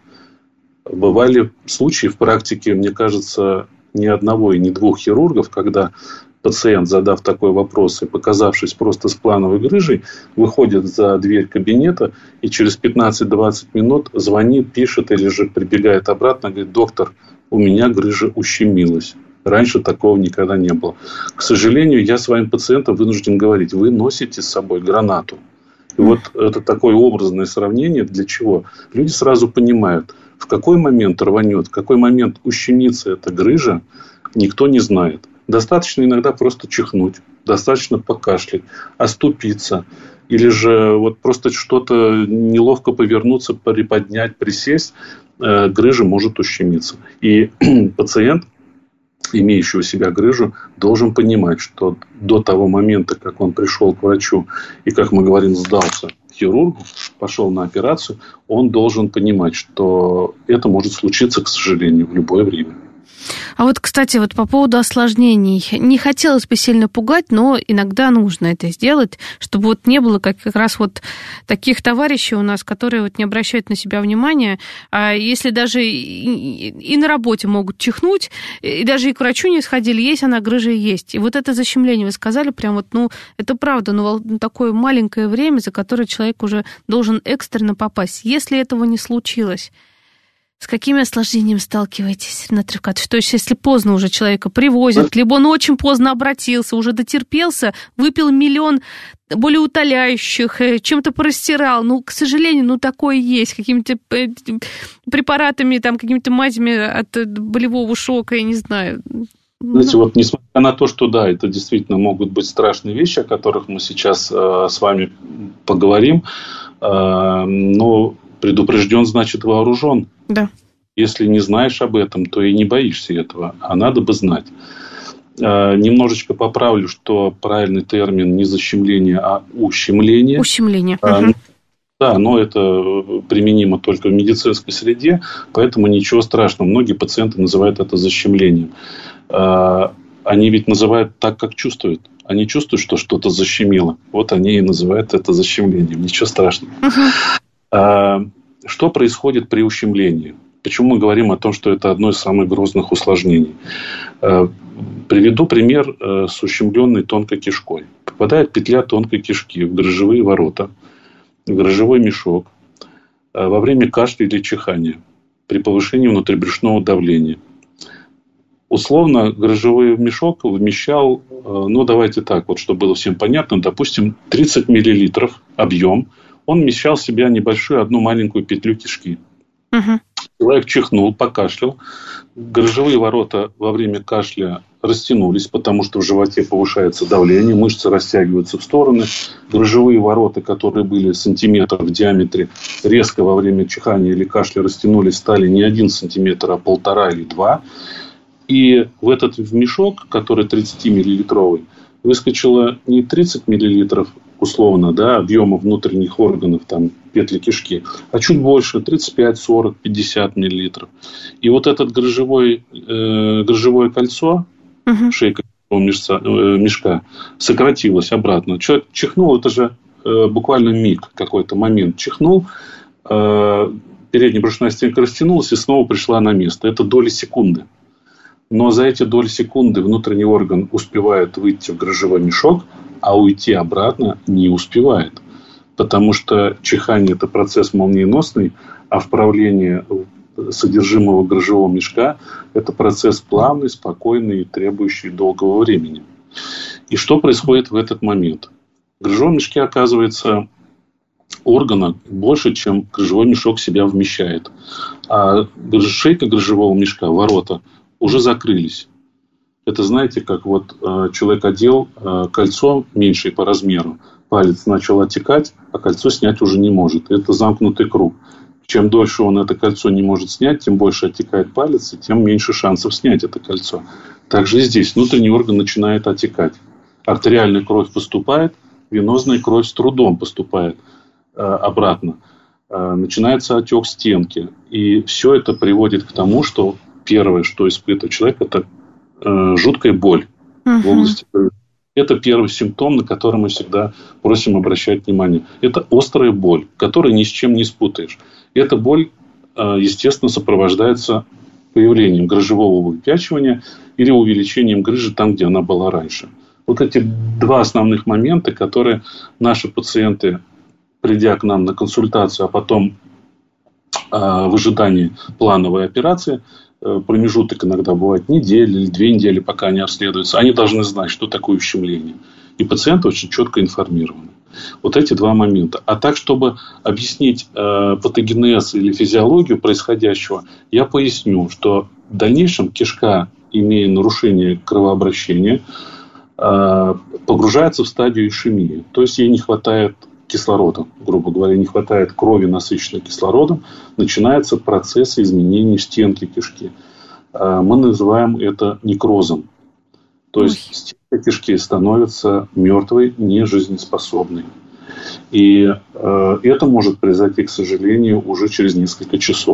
бывали случаи в практике, мне кажется, ни одного и ни двух хирургов, когда пациент, задав такой вопрос и показавшись просто с плановой грыжей, выходит за дверь кабинета и через пятнадцать-двадцать минут звонит, пишет или же прибегает обратно, говорит, доктор, у меня грыжа ущемилась. Раньше такого никогда не было. К сожалению, я своим пациентам вынужден говорить, вы носите с собой гранату. И вот это такое образное сравнение. Для чего? Люди сразу понимают, в какой момент рванет, в какой момент ущемится эта грыжа, никто не знает. Достаточно иногда просто чихнуть, достаточно покашлять, оступиться. Или же вот просто что-то неловко повернуться, приподнять, присесть, грыжа может ущемиться. И пациент, имеющий у себя грыжу, должен понимать, что до того момента, как он пришел к врачу и, как мы говорим, сдался хирургу, пошел на операцию, он должен понимать, что это может случиться, к сожалению, в любое время. А вот, кстати, вот по поводу осложнений. Не хотелось бы сильно пугать, но иногда нужно это сделать, чтобы вот не было как, как раз вот таких товарищей у нас, которые вот не обращают на себя внимания. А если даже и, и на работе могут чихнуть, и даже и к врачу не сходили, есть она, грыжа есть. И вот это защемление, вы сказали, прям вот, ну, это правда, ну, такое маленькое время, за которое человек уже должен экстренно попасть. Если этого не случилось, с какими осложнениями сталкиваетесь, Ренат Рифкатович? То есть, если поздно уже человека привозят, либо он очень поздно обратился, уже дотерпелся, выпил миллион болеутоляющих, чем-то порастирал. Ну, к сожалению, ну, такое есть. Какими-то препаратами, там, какими-то мазями от болевого шока, я не знаю. Знаете, вот несмотря на то, что да, это действительно могут быть страшные вещи, о которых мы сейчас э, с вами поговорим, э, но предупрежден, значит вооружен. Да. Если не знаешь об этом, то и не боишься этого, а надо бы знать. Э, немножечко поправлю, что правильный термин не защемление, а ущемление. Ущемление. Э, угу. Да, но это применимо только в медицинской среде, поэтому ничего страшного. Многие пациенты называют это защемлением. Они ведь называют так, как чувствуют. Они чувствуют, что что-то защемило. Вот они и называют это защемлением. Ничего страшного. Uh-huh. Что происходит при ущемлении? Почему мы говорим о том, что это одно из самых грозных усложнений? Приведу пример с ущемленной тонкой кишкой. Попадает петля тонкой кишки в грыжевые ворота, в грыжевой мешок во время кашля или чихания при повышении внутрибрюшного давления. Условно, грыжевой мешок вмещал, ну, давайте так, вот, чтобы было всем понятно, допустим, тридцать миллилитров объем. Он вмещал в себя небольшую одну маленькую петлю кишки. Uh-huh. Человек чихнул, покашлял. Грыжевые ворота во время кашля растянулись, потому что в животе повышается давление, мышцы растягиваются в стороны. Грыжевые ворота, которые были сантиметр в диаметре, резко во время чихания или кашля растянулись, стали не один сантиметр, а полтора или два. И в этот мешок, который тридцатимиллилитровый, выскочило не тридцать миллилитров условно, да, объема внутренних органов, там, петли кишки, а чуть больше, тридцать пять, сорок, пятьдесят миллилитров. И вот это грыжевое, э, грыжевое кольцо, uh-huh. шейка мешка, э, мешка, сократилось обратно. Человек чихнул, это же э, буквально миг, какой-то момент. Чихнул, э, передняя брюшная стенка растянулась и снова пришла на место. Это доли секунды. Но за эти доли секунды внутренний орган успевает выйти в грыжевой мешок, а уйти обратно не успевает. Потому что чихание – это процесс молниеносный, а вправление содержимого грыжевого мешка – это процесс плавный, спокойный и требующий долгого времени. И что происходит в этот момент? В грыжевом мешке оказывается органа больше, чем грыжевой мешок себя вмещает. А шейка грыжевого мешка, ворота, уже закрылись. Это, знаете, как вот э, человек одел э, кольцо меньшее по размеру, палец начал отекать, а кольцо снять уже не может. Это замкнутый круг. Чем дольше он это кольцо не может снять, тем больше отекает палец, и тем меньше шансов снять это кольцо. Также и здесь внутренний орган начинает отекать. Артериальная кровь поступает, венозная кровь с трудом поступает э, обратно. Э, начинается отек стенки. И все это приводит к тому, что первое, что испытывает человек, это э, жуткая боль uh-huh. в области. Это первый симптом, на который мы всегда просим обращать внимание. Это острая боль, которую ни с чем не спутаешь. Эта боль, э, естественно, сопровождается появлением грыжевого выпячивания или увеличением грыжи там, где она была раньше. Вот эти два основных момента, которые наши пациенты, придя к нам на консультацию, а потом э, в ожидании плановой операции, промежуток иногда бывает неделя или две недели, пока они обследуются, они должны знать, что такое ущемление. И пациенты очень четко информированы. Вот эти два момента. А так, чтобы объяснить э, патогенез или физиологию происходящего, я поясню, что в дальнейшем кишка, имея нарушение кровообращения, э, погружается в стадию ишемии. То есть ей не хватает кислорода, грубо говоря, не хватает крови, насыщенной кислородом, начинается процесс изменений стенки кишки. Мы называем это некрозом. То Ой. есть стенка кишки становится мертвой, нежизнеспособной. И э, это может произойти, к сожалению, уже через несколько часов.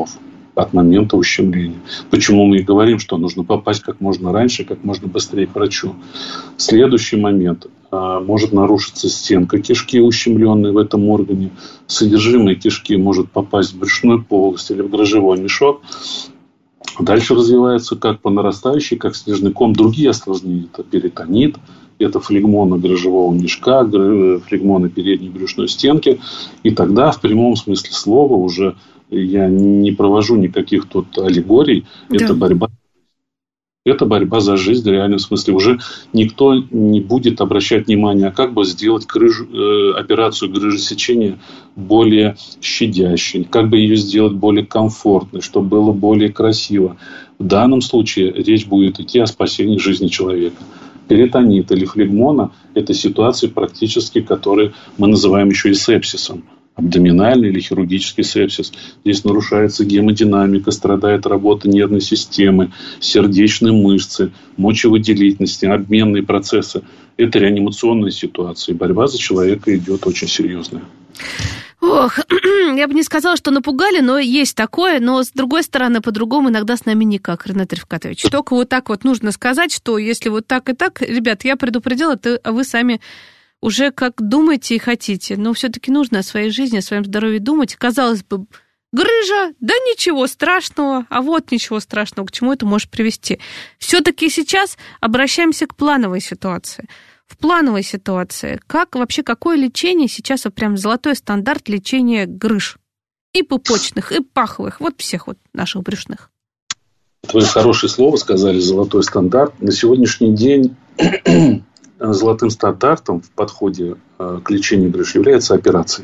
от момента ущемления. Почему мы и говорим, что нужно попасть как можно раньше, как можно быстрее к врачу. Следующий момент. Может нарушиться стенка кишки, ущемленной в этом органе. Содержимое кишки может попасть в брюшную полость или в грыжевой мешок. Дальше развивается как по нарастающей, как снежный ком, другие осложнения. Это перитонит, это флегмоны грыжевого мешка, флегмоны передней брюшной стенки. И тогда в прямом смысле слова уже я не провожу никаких тут аллегорий. Да. Это борьба. Это борьба за жизнь в реальном смысле. Уже никто не будет обращать внимание, а как бы сделать грыжу, э, операцию грыжесечения более щадящей, как бы ее сделать более комфортной, чтобы было более красиво. В данном случае речь будет идти о спасении жизни человека. Перитонит или флегмона – это ситуации практически, которые мы называем еще и сепсисом. Абдоминальный или хирургический сепсис. Здесь нарушается гемодинамика, страдает работа нервной системы, сердечные мышцы, мочевыделительности, обменные процессы. Это реанимационная ситуация. И борьба за человека идет очень серьезная. Ох, я бы не сказала, что напугали, но есть такое. Но, с другой стороны, по-другому иногда с нами никак, Ренат Рифкатович. Только вот так вот нужно сказать, что если вот так и так, ребят, я предупредила, а вы сами... уже как думаете и хотите, но все-таки нужно о своей жизни, о своем здоровье думать. Казалось бы, грыжа, да ничего страшного, а вот ничего страшного, к чему это может привести. Все-таки сейчас обращаемся к плановой ситуации. В плановой ситуации, как вообще, какое лечение сейчас, вот прям золотой стандарт лечения грыж? И пупочных, и паховых, вот всех вот наших брюшных. Вы хорошее слово сказали, золотой стандарт. На сегодняшний день... Золотым стандартом в подходе к лечению грыж является операция.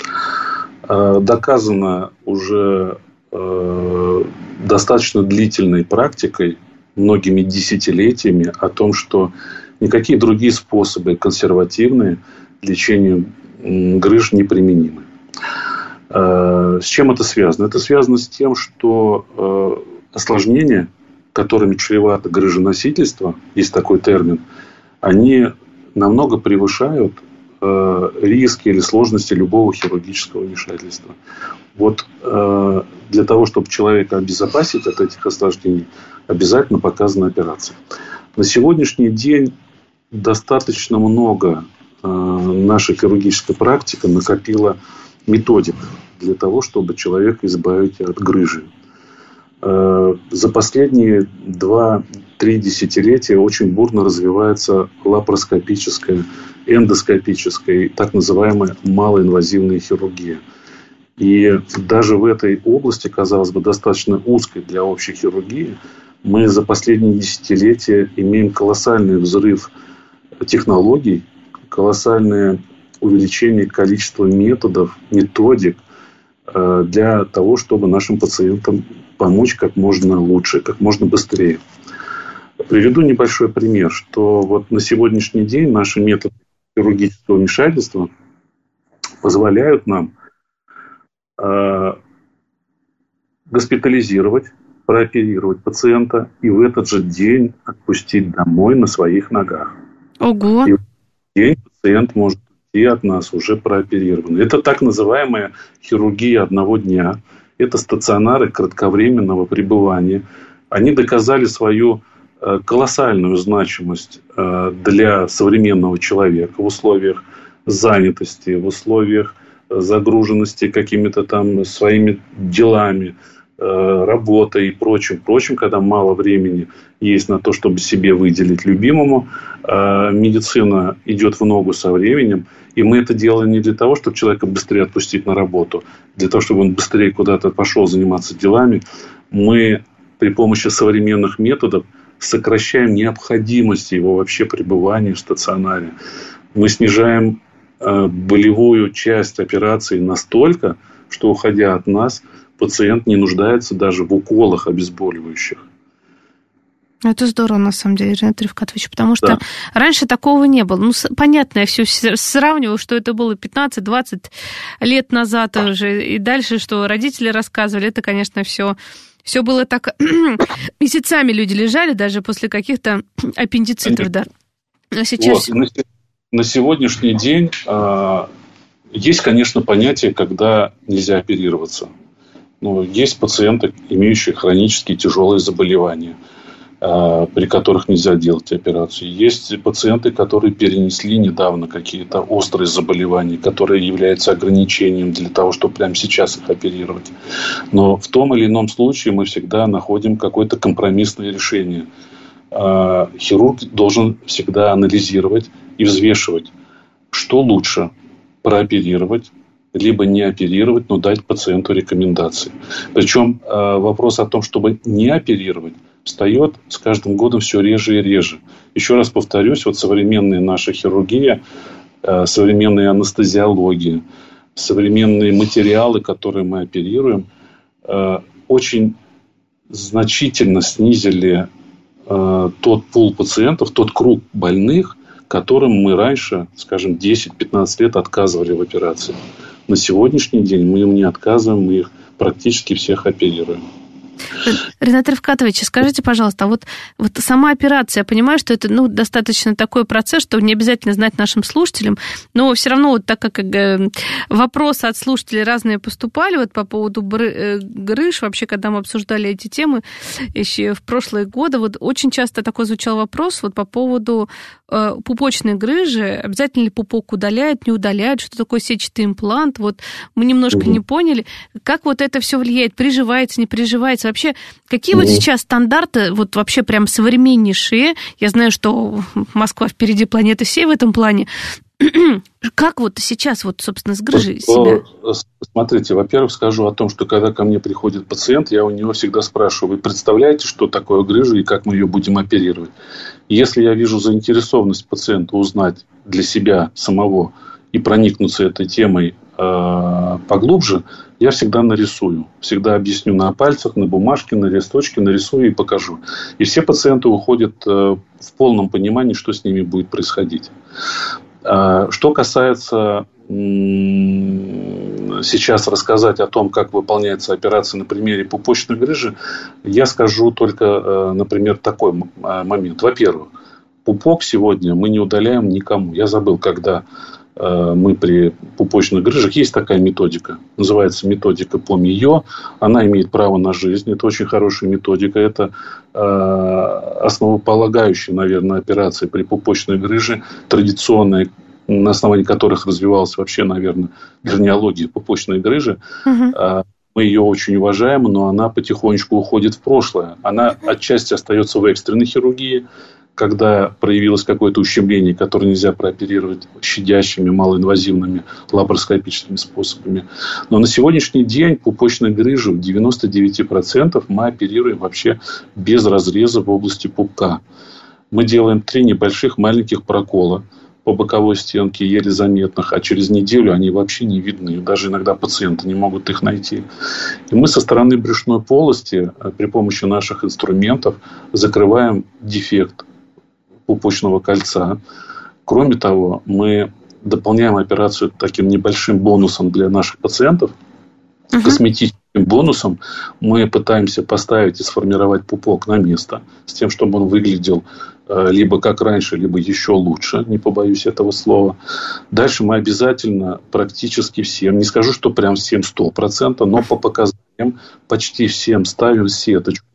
Доказано уже достаточно длительной практикой, многими десятилетиями, о том, что никакие другие способы консервативные лечения грыж неприменимы. С чем это связано? Это связано с тем, что осложнения, которыми чревато грыженосительство, есть такой термин, они намного превышают э, риски или сложности любого хирургического вмешательства. Вот э, для того, чтобы человека обезопасить от этих осложнений, обязательно показана операция. На сегодняшний день достаточно много э, наша хирургическая практика накопила методик для того, чтобы человека избавить от грыжи. За последние два-три десятилетия очень бурно развивается лапароскопическая, эндоскопическая, так называемая малоинвазивная хирургия. И даже в этой области, казалось бы, достаточно узкой для общей хирургии, мы за последние десятилетия имеем колоссальный взрыв технологий, колоссальное увеличение количества методов, методик для того, чтобы нашим пациентам помочь как можно лучше, как можно быстрее. Приведу небольшой пример, что вот на сегодняшний день наши методы хирургического вмешательства позволяют нам э, госпитализировать, прооперировать пациента и в этот же день отпустить домой на своих ногах. Ого! И в этот день пациент может уйти от нас уже прооперированный. Это так называемая хирургия одного дня. Это стационары кратковременного пребывания. Они доказали свою э, колоссальную значимость э, для современного человека в условиях занятости, в условиях загруженности какими-то там своими делами, э, работой и прочим, прочим, когда мало времени есть на то, чтобы себе выделить любимому. Э, медицина идет в ногу со временем. И мы это делаем не для того, чтобы человека быстрее отпустить на работу, для того, чтобы он быстрее куда-то пошел заниматься делами. Мы при помощи современных методов сокращаем необходимость его вообще пребывания в стационаре. Мы снижаем э, болевую часть операции настолько, что, уходя от нас, пациент не нуждается даже в уколах обезболивающих. Это здорово, на самом деле, Ренат Рифкатович, потому что да. раньше такого не было. Ну, понятно, я все сравниваю, что это было пятнадцать-двадцать лет назад уже, и дальше, что родители рассказывали, это, конечно, все... Все было так... Месяцами люди лежали, даже после каких-то аппендицитов, да. А сейчас... Вот. На сегодняшний день э, есть, конечно, понятие, когда нельзя оперироваться. Ну, есть пациенты, имеющие хронические тяжелые заболевания, при которых нельзя делать операцию. Есть пациенты, которые перенесли недавно какие-то острые заболевания, которые являются ограничением для того, чтобы прямо сейчас их оперировать. Но в том или ином случае мы всегда находим какое-то компромиссное решение. Хирург должен всегда анализировать и взвешивать, что лучше – прооперировать, либо не оперировать, но дать пациенту рекомендации. Причем вопрос о том, чтобы не оперировать, встает с каждым годом все реже и реже. Еще раз повторюсь, вот современная наша хирургия, современная анестезиология, современные материалы, которые мы оперируем, очень значительно снизили тот пул пациентов, тот круг больных, которым мы раньше, скажем, десять-пятнадцать лет отказывали в операции. На сегодняшний день мы им не отказываем, мы их практически всех оперируем. Ренат Рифкатович, скажите, пожалуйста, а вот, вот сама операция, я понимаю, что это ну, достаточно такой процесс, что не обязательно знать нашим слушателям, но все равно, вот так как вопросы от слушателей разные поступали вот по поводу грыж, вообще, когда мы обсуждали эти темы еще в прошлые годы, вот очень часто такой звучал вопрос вот по поводу э, пупочной грыжи, обязательно ли пупок удаляют, не удаляют, что такое сетчатый имплант, вот мы немножко угу. не поняли, как вот это все влияет, приживается, не приживается. Вообще, какие mm-hmm. вот сейчас стандарты, вот вообще прям современнейшие, я знаю, что Москва впереди планеты всей в этом плане, как вот сейчас, вот, собственно, с грыжей себя? Смотрите, во-первых, скажу о том, что когда ко мне приходит пациент, я у него всегда спрашиваю, вы представляете, что такое грыжа и как мы ее будем оперировать? Если я вижу заинтересованность пациента узнать для себя самого и проникнуться этой темой э, поглубже, я всегда нарисую. Всегда объясню на пальцах, на бумажке, на листочке, нарисую и покажу. И все пациенты уходят э, в полном понимании, что с ними будет происходить. Э, что касается м- сейчас рассказать о том, как выполняется операция на примере пупочной грыжи, я скажу только, э, например, такой м- момент. Во-первых, пупок сегодня мы не удаляем никому. Я забыл, когда... мы при пупочных грыжах, есть такая методика, называется методика Помиё, она имеет право на жизнь, это очень хорошая методика, это э, основополагающая, наверное, операция при пупочной грыже, традиционная, на основании которых развивалась вообще, наверное, герниология пупочной грыжи. Угу. Э, мы ее очень уважаем, но она потихонечку уходит в прошлое, она отчасти остается в экстренной хирургии, когда проявилось какое-то ущемление, которое нельзя прооперировать щадящими, малоинвазивными лапароскопическими способами. Но на сегодняшний день пупочную грыжу в девяносто девять процентов мы оперируем вообще без разреза в области пупка. Мы делаем три небольших маленьких прокола по боковой стенке, еле заметных, а через неделю они вообще не видны. Даже иногда пациенты не могут их найти. И мы со стороны брюшной полости при помощи наших инструментов закрываем дефект пупочного кольца. Кроме того, мы дополняем операцию таким небольшим бонусом для наших пациентов. Uh-huh. Косметическим бонусом мы пытаемся поставить и сформировать пупок на место, с тем, чтобы он выглядел э, либо как раньше, либо еще лучше, не побоюсь этого слова. Дальше мы обязательно практически всем, не скажу, что прям всем сто процентов, но по показаниям почти всем ставим сеточку.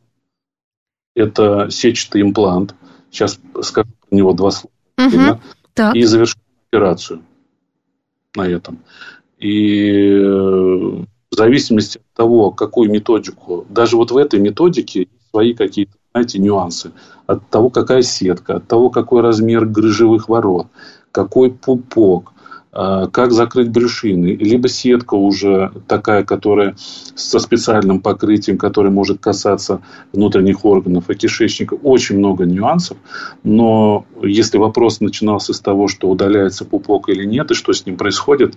Это сетчатый имплант. Сейчас скажу про него два слова. Uh-huh. Да? И завершим операцию на этом. И в зависимости от того, какую методику, даже вот в этой методике есть свои какие-то, знаете, нюансы. От того, какая сетка, от того, какой размер грыжевых ворот, какой пупок, как закрыть брюшины, либо сетка уже такая, которая со специальным покрытием, которая может касаться внутренних органов и кишечника. Очень много нюансов, но если вопрос начинался с того, что удаляется пупок или нет, и что с ним происходит,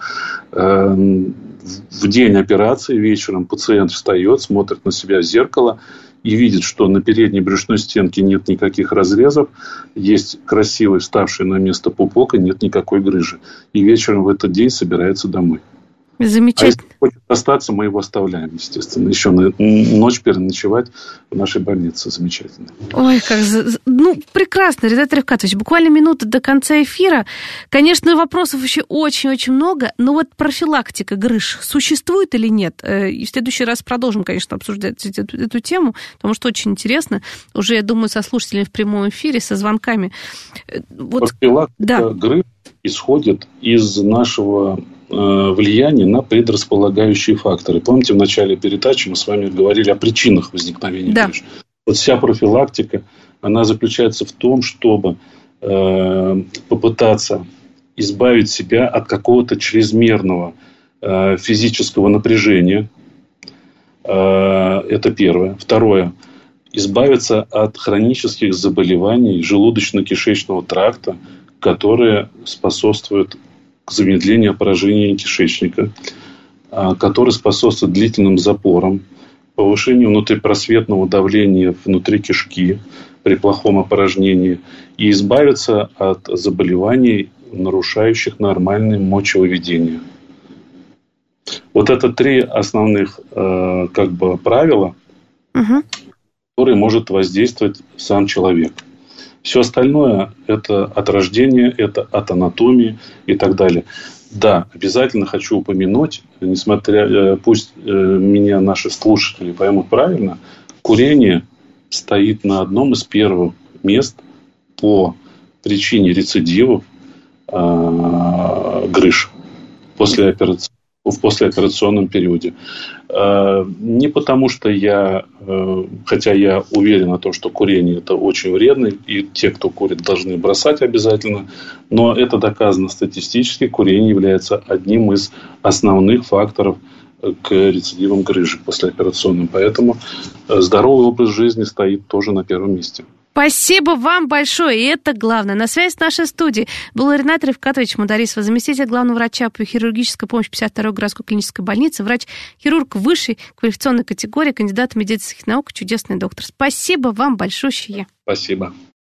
в день операции вечером пациент встает, смотрит на себя в зеркало и видит, что на передней брюшной стенке нет никаких разрезов, есть красивый вставший на место пупок, и нет никакой грыжи. И вечером в этот день собирается домой. Замечательно. А если хочет остаться, мы его оставляем, естественно. Еще на ночь переночевать в нашей больнице. Замечательно. Ой, как... Ну, прекрасно, Ринат Рифкатович. Буквально минута до конца эфира. Конечно, вопросов еще очень-очень много, но вот профилактика грыж существует или нет? И в следующий раз продолжим, конечно, обсуждать эту, эту тему, потому что очень интересно. Уже, я думаю, со слушателями в прямом эфире, со звонками. Вот... Профилактика да. грыж исходит из нашего влияние на предрасполагающие факторы. Помните, в начале передачи мы с вами говорили о причинах возникновения да. грыж. Вот вся профилактика, она заключается в том, чтобы э, попытаться избавить себя от какого-то чрезмерного э, физического напряжения. Э, это первое. Второе. Избавиться от хронических заболеваний желудочно-кишечного тракта, которые способствуют к замедлению поражения кишечника, который способствует длительным запорам, повышению внутрипросветного давления внутри кишки при плохом опорожнении и избавиться от заболеваний, нарушающих нормальное мочевыведение. Вот это три основных как бы правила, угу. которые может воздействовать сам человек. Все остальное – это от рождения, это от анатомии и так далее. Да, обязательно хочу упомянуть, несмотря, пусть меня наши слушатели поймут правильно, курение стоит на одном из первых мест по причине рецидивов э, грыж после операции. В послеоперационном периоде. Не потому, что я, хотя я уверен о том, что курение это очень вредно, и те, кто курит, должны бросать обязательно, но это доказано статистически, курение является одним из основных факторов к рецидивам грыжи послеоперационным. Поэтому здоровый образ жизни стоит тоже на первом месте. Спасибо вам большое, и это главное. На связи с нашей студией был Ринат Рифкатович Мударисов, заместитель главного врача по хирургической помощи пятьдесят второй городской клинической больницы, врач-хирург высшей квалификационной категории, кандидат медицинских наук, чудесный доктор. Спасибо вам большое. Спасибо.